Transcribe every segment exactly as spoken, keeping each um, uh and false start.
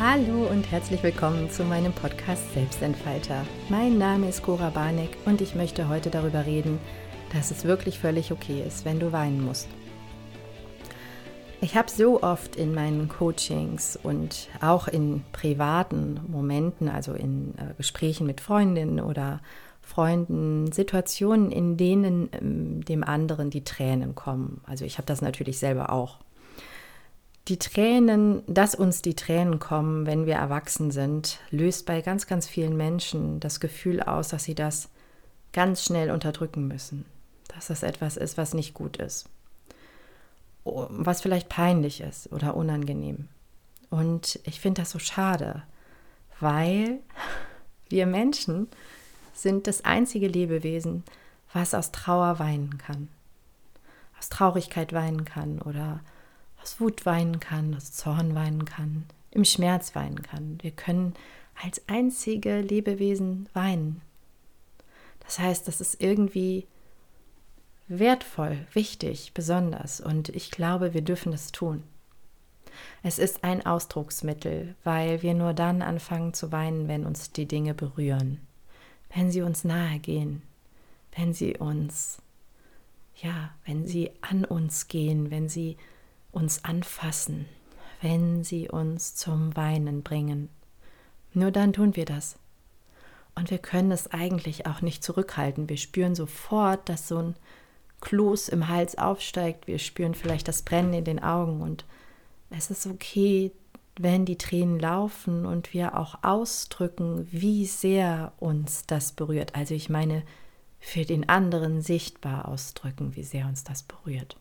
Hallo und herzlich willkommen zu meinem Podcast Selbstentfalter. Mein Name ist Cora Barneck und ich möchte heute darüber reden, dass es wirklich völlig okay ist, wenn du weinen musst. Ich habe so oft in meinen Coachings und auch in privaten Momenten, also in äh, Gesprächen mit Freundinnen oder Freunden, Situationen, in denen ähm, dem anderen die Tränen kommen. Also ich habe das natürlich selber auch. Die Tränen, dass uns die Tränen kommen, wenn wir erwachsen sind, löst bei ganz, ganz vielen Menschen das Gefühl aus, dass sie das ganz schnell unterdrücken müssen. Dass das etwas ist, was nicht gut ist. Was vielleicht peinlich ist oder unangenehm. Und ich finde das so schade, weil wir Menschen sind das einzige Lebewesen, was aus Trauer weinen kann. Aus Traurigkeit weinen kann oder aus Wut weinen kann, aus Zorn weinen kann, im Schmerz weinen kann. Wir können als einzige Lebewesen weinen. Das heißt, das ist irgendwie wertvoll, wichtig, besonders. Und ich glaube, wir dürfen das tun. Es ist ein Ausdrucksmittel, weil wir nur dann anfangen zu weinen, wenn uns die Dinge berühren. Wenn sie uns nahe gehen. Wenn sie uns, ja, wenn sie an uns gehen, wenn sie uns anfassen, wenn sie uns zum Weinen bringen. Nur dann tun wir das. Und wir können es eigentlich auch nicht zurückhalten. Wir spüren sofort, dass so ein Kloß im Hals aufsteigt. Wir spüren vielleicht das Brennen in den Augen. Und es ist okay, wenn die Tränen laufen und wir auch ausdrücken, wie sehr uns das berührt. Also ich meine, für den anderen sichtbar ausdrücken, wie sehr uns das berührt.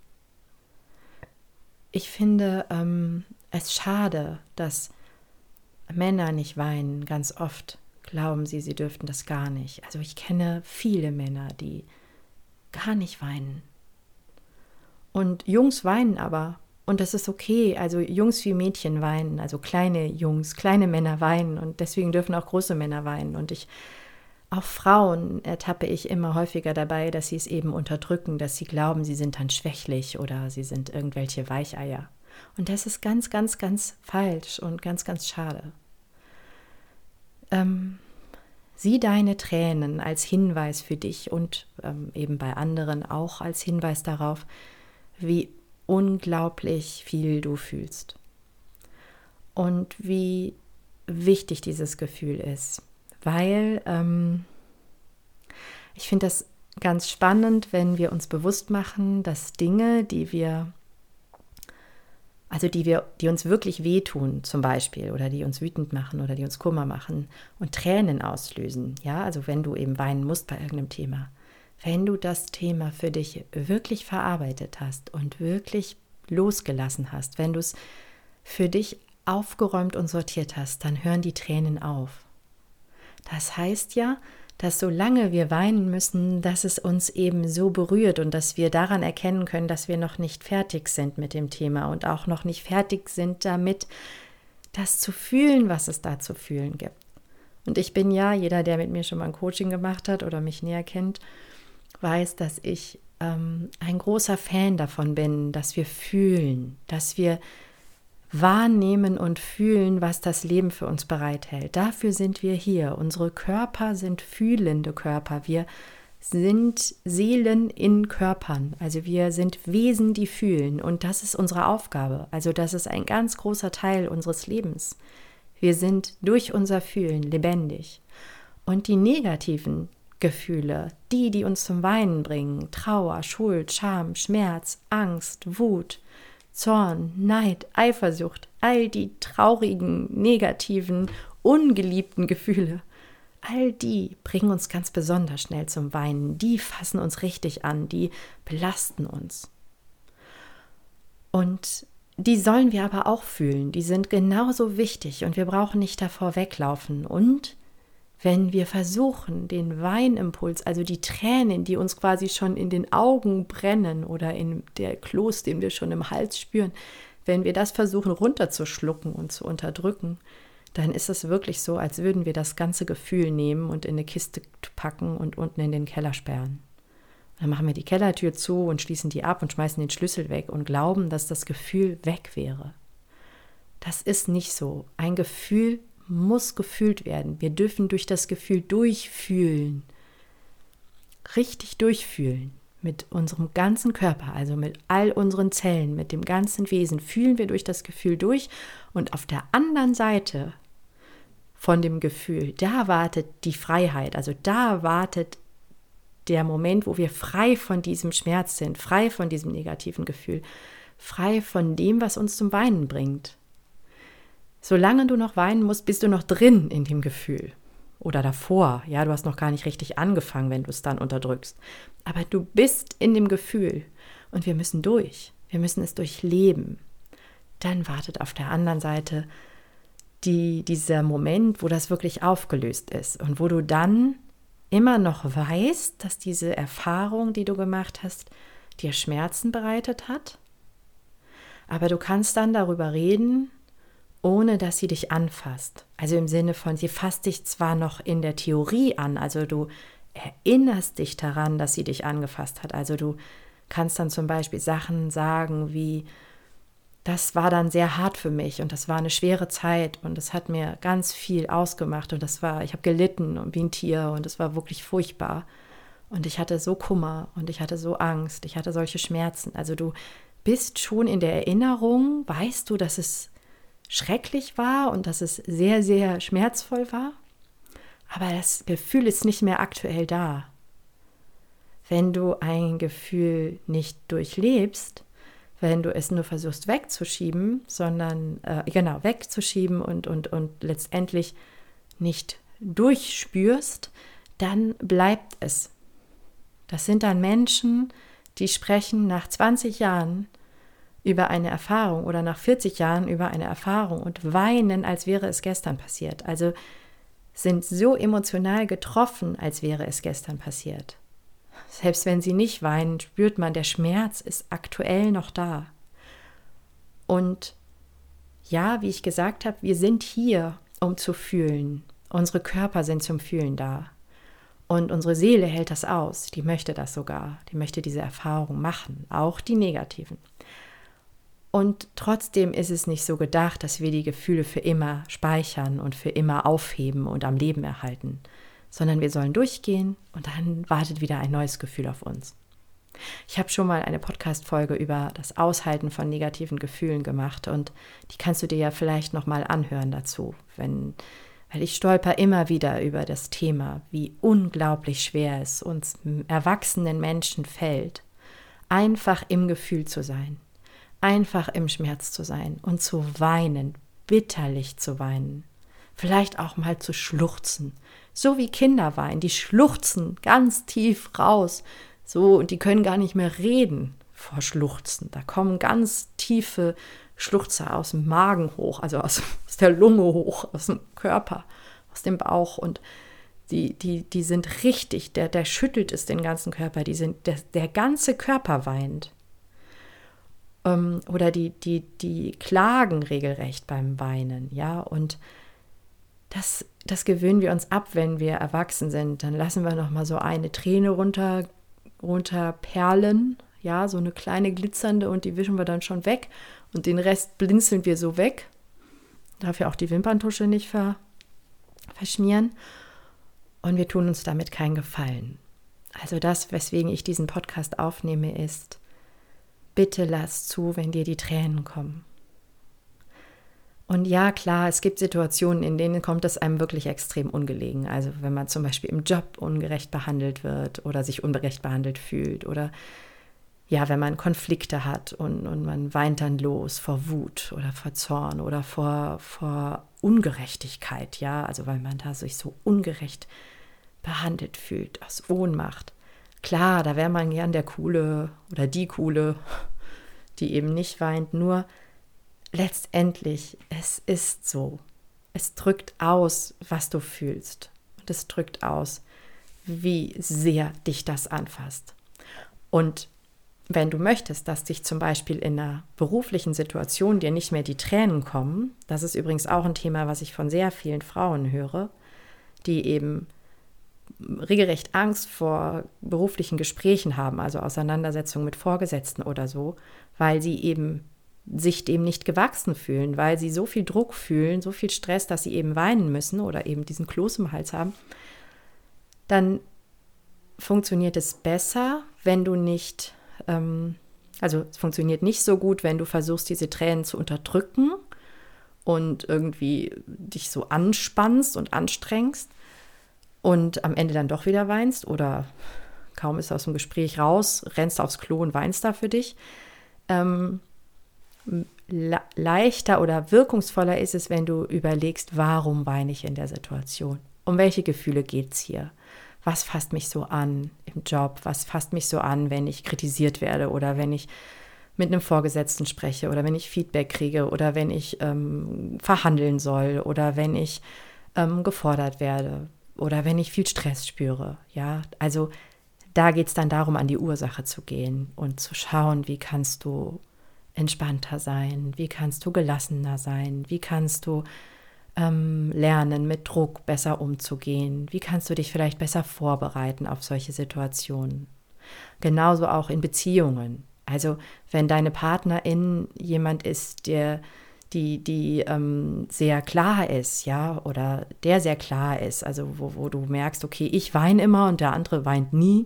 Ich finde ähm, es schade, dass Männer nicht weinen. Ganz oft glauben sie, sie dürften das gar nicht. Also ich kenne viele Männer, die gar nicht weinen. Und Jungs weinen aber. Und das ist okay. Also Jungs wie Mädchen weinen. Also kleine Jungs, kleine Männer weinen. Und deswegen dürfen auch große Männer weinen. Und ich Auch Frauen ertappe ich immer häufiger dabei, dass sie es eben unterdrücken, dass sie glauben, sie sind dann schwächlich oder sie sind irgendwelche Weicheier. Und das ist ganz, ganz, ganz falsch und ganz, ganz schade. Ähm, sieh deine Tränen als Hinweis für dich und ähm, eben bei anderen auch als Hinweis darauf, wie unglaublich viel du fühlst. Und wie wichtig dieses Gefühl ist. Weil ähm, ich finde das ganz spannend, wenn wir uns bewusst machen, dass Dinge, die wir, also die wir, die uns wirklich wehtun, zum Beispiel, oder die uns wütend machen oder die uns Kummer machen und Tränen auslösen, ja, also wenn du eben weinen musst bei irgendeinem Thema, wenn du das Thema für dich wirklich verarbeitet hast und wirklich losgelassen hast, wenn du es für dich aufgeräumt und sortiert hast, dann hören die Tränen auf. Das heißt ja, dass solange wir weinen müssen, dass es uns eben so berührt und dass wir daran erkennen können, dass wir noch nicht fertig sind mit dem Thema und auch noch nicht fertig sind damit, das zu fühlen, was es da zu fühlen gibt. Und ich bin ja, jeder, der mit mir schon mal ein Coaching gemacht hat oder mich näher kennt, weiß, dass ich ähm, ein großer Fan davon bin, dass wir fühlen, dass wir wahrnehmen und fühlen, was das Leben für uns bereithält. Dafür sind wir hier. Unsere Körper sind fühlende Körper. Wir sind Seelen in Körpern. Also wir sind Wesen, die fühlen. Und das ist unsere Aufgabe. Also das ist ein ganz großer Teil unseres Lebens. Wir sind durch unser Fühlen lebendig. Und die negativen Gefühle, die, die uns zum Weinen bringen, Trauer, Schuld, Scham, Schmerz, Angst, Wut, Zorn, Neid, Eifersucht, all die traurigen, negativen, ungeliebten Gefühle, all die bringen uns ganz besonders schnell zum Weinen. Die fassen uns richtig an, die belasten uns. Und die sollen wir aber auch fühlen. Die sind genauso wichtig und wir brauchen nicht davor weglaufen. Und wenn wir versuchen, den Weinimpuls, also die Tränen, die uns quasi schon in den Augen brennen oder in der Kloß, den wir schon im Hals spüren, wenn wir das versuchen runterzuschlucken und zu unterdrücken, dann ist es wirklich so, als würden wir das ganze Gefühl nehmen und in eine Kiste packen und unten in den Keller sperren. Dann machen wir die Kellertür zu und schließen die ab und schmeißen den Schlüssel weg und glauben, dass das Gefühl weg wäre. Das ist nicht so. Ein Gefühl muss gefühlt werden. Wir dürfen durch das Gefühl durchfühlen. Richtig durchfühlen. Mit unserem ganzen Körper, also mit all unseren Zellen, mit dem ganzen Wesen, fühlen wir durch das Gefühl durch. Und auf der anderen Seite von dem Gefühl, da wartet die Freiheit. Also da wartet der Moment, wo wir frei von diesem Schmerz sind, frei von diesem negativen Gefühl, frei von dem, was uns zum Weinen bringt. Solange du noch weinen musst, bist du noch drin in dem Gefühl. Oder davor, ja, du hast noch gar nicht richtig angefangen, wenn du es dann unterdrückst. Aber du bist in dem Gefühl und wir müssen durch. Wir müssen es durchleben. Dann wartet auf der anderen Seite die, dieser Moment, wo das wirklich aufgelöst ist und wo du dann immer noch weißt, dass diese Erfahrung, die du gemacht hast, dir Schmerzen bereitet hat. Aber du kannst dann darüber reden, ohne dass sie dich anfasst. Also im Sinne von, sie fasst dich zwar noch in der Theorie an, also du erinnerst dich daran, dass sie dich angefasst hat. Also du kannst dann zum Beispiel Sachen sagen wie, das war dann sehr hart für mich und das war eine schwere Zeit und es hat mir ganz viel ausgemacht und das war, ich habe gelitten und wie ein Tier und es war wirklich furchtbar und ich hatte so Kummer und ich hatte so Angst, ich hatte solche Schmerzen. Also du bist schon in der Erinnerung, weißt du, dass es schrecklich war und dass es sehr, sehr schmerzvoll war, aber das Gefühl ist nicht mehr aktuell da. Wenn du ein Gefühl nicht durchlebst, wenn du es nur versuchst wegzuschieben, sondern, äh, genau, wegzuschieben und, und, und letztendlich nicht durchspürst, dann bleibt es. Das sind dann Menschen, die sprechen nach zwanzig Jahren über eine Erfahrung oder nach vierzig Jahren über eine Erfahrung und weinen, als wäre es gestern passiert. Also sind so emotional getroffen, als wäre es gestern passiert. Selbst wenn sie nicht weinen, spürt man, der Schmerz ist aktuell noch da. Und ja, wie ich gesagt habe, wir sind hier, um zu fühlen. Unsere Körper sind zum Fühlen da. Und unsere Seele hält das aus. Die möchte das sogar. Die möchte diese Erfahrung machen, auch die negativen. Und trotzdem ist es nicht so gedacht, dass wir die Gefühle für immer speichern und für immer aufheben und am Leben erhalten, sondern wir sollen durchgehen und dann wartet wieder ein neues Gefühl auf uns. Ich habe schon mal eine Podcast-Folge über das Aushalten von negativen Gefühlen gemacht und die kannst du dir ja vielleicht noch mal anhören dazu, wenn, weil ich stolper immer wieder über das Thema, wie unglaublich schwer es uns erwachsenen Menschen fällt, einfach im Gefühl zu sein. Einfach im Schmerz zu sein und zu weinen, bitterlich zu weinen, vielleicht auch mal zu schluchzen, so wie Kinder weinen, die schluchzen ganz tief raus, so und die können gar nicht mehr reden vor Schluchzen, da kommen ganz tiefe Schluchzer aus dem Magen hoch, also aus, aus der Lunge hoch, aus dem Körper, aus dem Bauch und die, die, die sind richtig, der, der schüttelt es den ganzen Körper, die sind, der, der ganze Körper weint. Oder die, die, die klagen regelrecht beim Weinen, ja, und das, das gewöhnen wir uns ab, wenn wir erwachsen sind. Dann lassen wir noch mal so eine Träne runter, runter perlen, ja, so eine kleine glitzernde und die wischen wir dann schon weg und den Rest blinzeln wir so weg. Darf ja auch die Wimperntusche nicht ver, verschmieren und wir tun uns damit keinen Gefallen. Also das, weswegen ich diesen Podcast aufnehme, ist: Bitte lass zu, wenn dir die Tränen kommen. Und ja, klar, es gibt Situationen, in denen kommt es einem wirklich extrem ungelegen. Also wenn man zum Beispiel im Job ungerecht behandelt wird oder sich ungerecht behandelt fühlt oder ja, wenn man Konflikte hat und, und man weint dann los vor Wut oder vor Zorn oder vor, vor Ungerechtigkeit, ja, also weil man da sich so ungerecht behandelt fühlt, aus Ohnmacht. Klar, da wäre man gern der Coole oder die Coole, die eben nicht weint, nur letztendlich, es ist so. Es drückt aus, was du fühlst. Und es drückt aus, wie sehr dich das anfasst. Und wenn du möchtest, dass dich zum Beispiel in einer beruflichen Situation dir nicht mehr die Tränen kommen, das ist übrigens auch ein Thema, was ich von sehr vielen Frauen höre, die eben regelrecht Angst vor beruflichen Gesprächen haben, also Auseinandersetzungen mit Vorgesetzten oder so, weil sie eben sich dem nicht gewachsen fühlen, weil sie so viel Druck fühlen, so viel Stress, dass sie eben weinen müssen oder eben diesen Kloß im Hals haben, dann funktioniert es besser, wenn du nicht, ähm, also es funktioniert nicht so gut, wenn du versuchst, diese Tränen zu unterdrücken und irgendwie dich so anspannst und anstrengst und am Ende dann doch wieder weinst oder kaum ist aus dem Gespräch raus, rennst aufs Klo und weinst da für dich. Ähm, le- leichter oder wirkungsvoller ist es, wenn du überlegst, warum weine ich in der Situation? Um welche Gefühle geht es hier? Was fasst mich so an im Job? Was fasst mich so an, wenn ich kritisiert werde oder wenn ich mit einem Vorgesetzten spreche oder wenn ich Feedback kriege oder wenn ich ähm, verhandeln soll oder wenn ich ähm, gefordert werde oder wenn ich viel Stress spüre? Ja, also da geht es dann darum, an die Ursache zu gehen und zu schauen, wie kannst du entspannter sein, wie kannst du gelassener sein, wie kannst du ähm, lernen, mit Druck besser umzugehen, wie kannst du dich vielleicht besser vorbereiten auf solche Situationen. Genauso auch in Beziehungen. Also wenn deine Partnerin jemand ist, der die, die ähm, sehr klar ist, ja, oder der sehr klar ist, also wo, wo du merkst, okay, ich weine immer und der andere weint nie,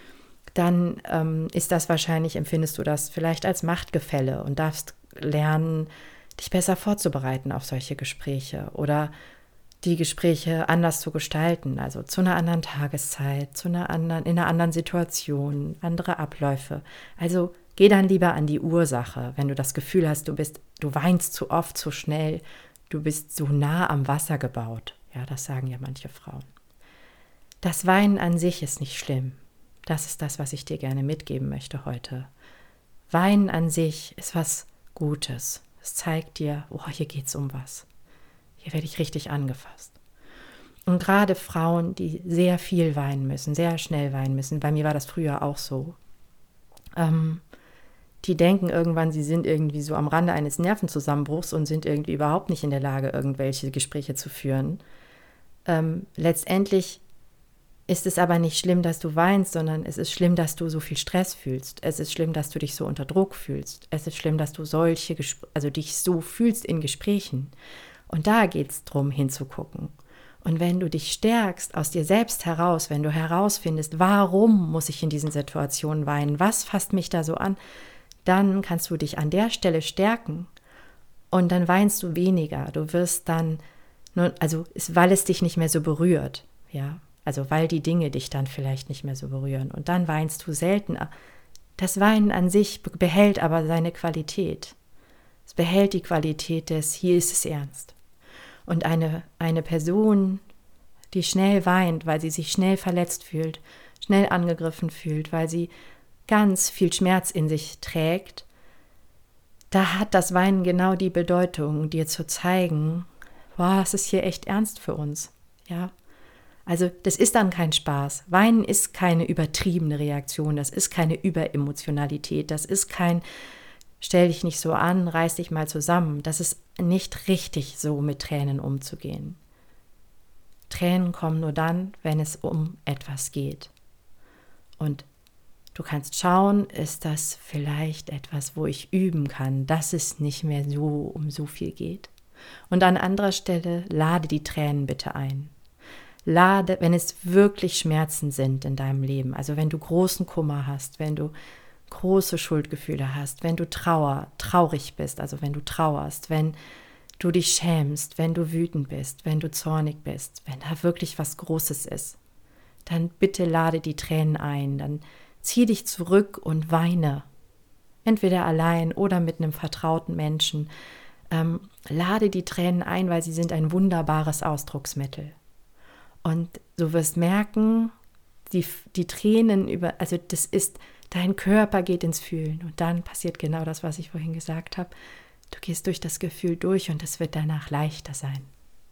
dann ähm, ist das wahrscheinlich, empfindest du das vielleicht als Machtgefälle und darfst lernen, dich besser vorzubereiten auf solche Gespräche oder die Gespräche anders zu gestalten, also zu einer anderen Tageszeit, zu einer anderen, in einer anderen Situation, andere Abläufe. Also geh dann lieber an die Ursache, wenn du das Gefühl hast, du bist, du weinst zu oft, zu schnell, du bist so nah am Wasser gebaut. Ja, das sagen ja manche Frauen. Das Weinen an sich ist nicht schlimm. Das ist das, was ich dir gerne mitgeben möchte heute. Weinen an sich ist was Gutes. Es zeigt dir, oh, hier geht's um was. Hier werde ich richtig angefasst. Und gerade Frauen, die sehr viel weinen müssen, sehr schnell weinen müssen, bei mir war das früher auch so, ähm, die denken irgendwann, sie sind irgendwie so am Rande eines Nervenzusammenbruchs und sind irgendwie überhaupt nicht in der Lage, irgendwelche Gespräche zu führen. Ähm, letztendlich ist es aber nicht schlimm, dass du weinst, sondern es ist schlimm, dass du so viel Stress fühlst. Es ist schlimm, dass du dich so unter Druck fühlst. Es ist schlimm, dass du solche, Gespr- also dich so fühlst in Gesprächen. Und da geht es darum, hinzugucken. Und wenn du dich stärkst aus dir selbst heraus, wenn du herausfindest, warum muss ich in diesen Situationen weinen, was fasst mich da so an, dann kannst du dich an der Stelle stärken und dann weinst du weniger. Du wirst dann, nur, also weil es dich nicht mehr so berührt, ja. Also weil die Dinge dich dann vielleicht nicht mehr so berühren. Und dann weinst du seltener. Das Weinen an sich behält aber seine Qualität. Es behält die Qualität des, hier ist es ernst. Und eine, eine Person, die schnell weint, weil sie sich schnell verletzt fühlt, schnell angegriffen fühlt, weil sie ganz viel Schmerz in sich trägt, da hat das Weinen genau die Bedeutung, dir zu zeigen, boah, es ist hier echt ernst für uns, ja. Also das ist dann kein Spaß. Weinen ist keine übertriebene Reaktion, das ist keine Überemotionalität, das ist kein stell dich nicht so an, reiß dich mal zusammen. Das ist nicht richtig, so mit Tränen umzugehen. Tränen kommen nur dann, wenn es um etwas geht. Und du kannst schauen, ist das vielleicht etwas, wo ich üben kann, dass es nicht mehr so um so viel geht. Und an anderer Stelle lade die Tränen bitte ein. Lade, wenn es wirklich Schmerzen sind in deinem Leben, also wenn du großen Kummer hast, wenn du große Schuldgefühle hast, wenn du Trauer, traurig bist, also wenn du trauerst, wenn du dich schämst, wenn du wütend bist, wenn du zornig bist, wenn da wirklich was Großes ist, dann bitte lade die Tränen ein, dann zieh dich zurück und weine, entweder allein oder mit einem vertrauten Menschen. Ähm, lade die Tränen ein, weil sie sind ein wunderbares Ausdrucksmittel. Und du wirst merken, die, die Tränen über, also das ist, dein Körper geht ins Fühlen und dann passiert genau das, was ich vorhin gesagt habe. Du gehst durch das Gefühl durch und es wird danach leichter sein.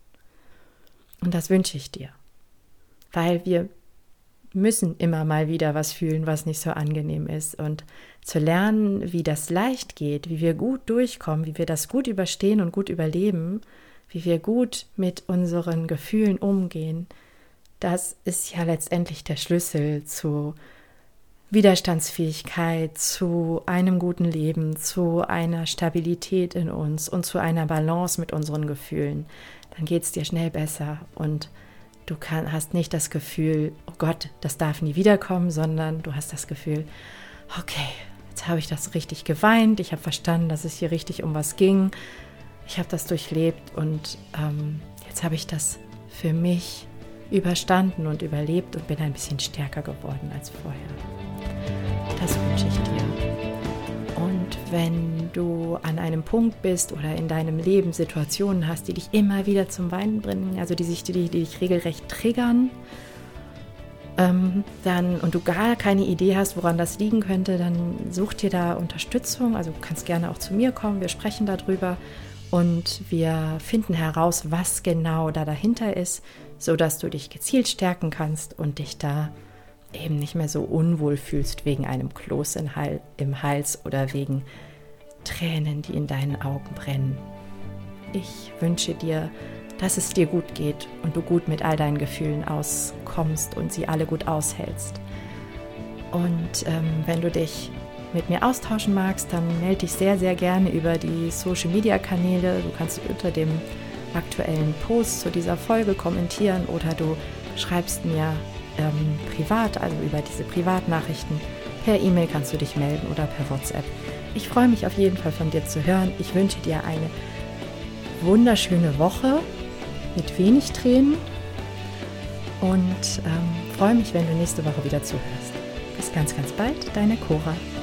Und das wünsche ich dir, weil wir müssen immer mal wieder was fühlen, was nicht so angenehm ist und zu lernen, wie das leicht geht, wie wir gut durchkommen, wie wir das gut überstehen und gut überleben, wie wir gut mit unseren Gefühlen umgehen, das ist ja letztendlich der Schlüssel zu Widerstandsfähigkeit, zu einem guten Leben, zu einer Stabilität in uns und zu einer Balance mit unseren Gefühlen, dann geht es dir schnell besser und du kann, hast nicht das Gefühl, oh Gott, das darf nie wiederkommen, sondern du hast das Gefühl, okay, jetzt habe ich das richtig geweint, ich habe verstanden, dass es hier richtig um was ging, ich habe das durchlebt und ähm, jetzt habe ich das für mich überstanden und überlebt und bin ein bisschen stärker geworden als vorher. Das wünsche ich dir. Und wenn du an einem Punkt bist oder in deinem Leben Situationen hast, die dich immer wieder zum Weinen bringen, also die, sich, die, die dich regelrecht triggern, ähm, dann, und du gar keine Idee hast, woran das liegen könnte, dann such dir da Unterstützung. Also du kannst gerne auch zu mir kommen, wir sprechen darüber und wir finden heraus, was genau da dahinter ist, sodass du dich gezielt stärken kannst und dich da eben nicht mehr so unwohl fühlst wegen einem Kloß im Hals oder wegen Tränen, die in deinen Augen brennen. Ich wünsche dir, dass es dir gut geht und du gut mit all deinen Gefühlen auskommst und sie alle gut aushältst. Und ähm, wenn du dich mit mir austauschen magst, dann melde dich sehr, sehr gerne über die Social-Media-Kanäle. Du kannst unter dem aktuellen Post zu dieser Folge kommentieren oder du schreibst mir ähm, privat, also über diese Privatnachrichten. Per E-Mail kannst du dich melden oder per WhatsApp. Ich freue mich auf jeden Fall von dir zu hören. Ich wünsche dir eine wunderschöne Woche mit wenig Tränen und ähm, freue mich, wenn du nächste Woche wieder zuhörst. Bis ganz, ganz bald, deine Cora.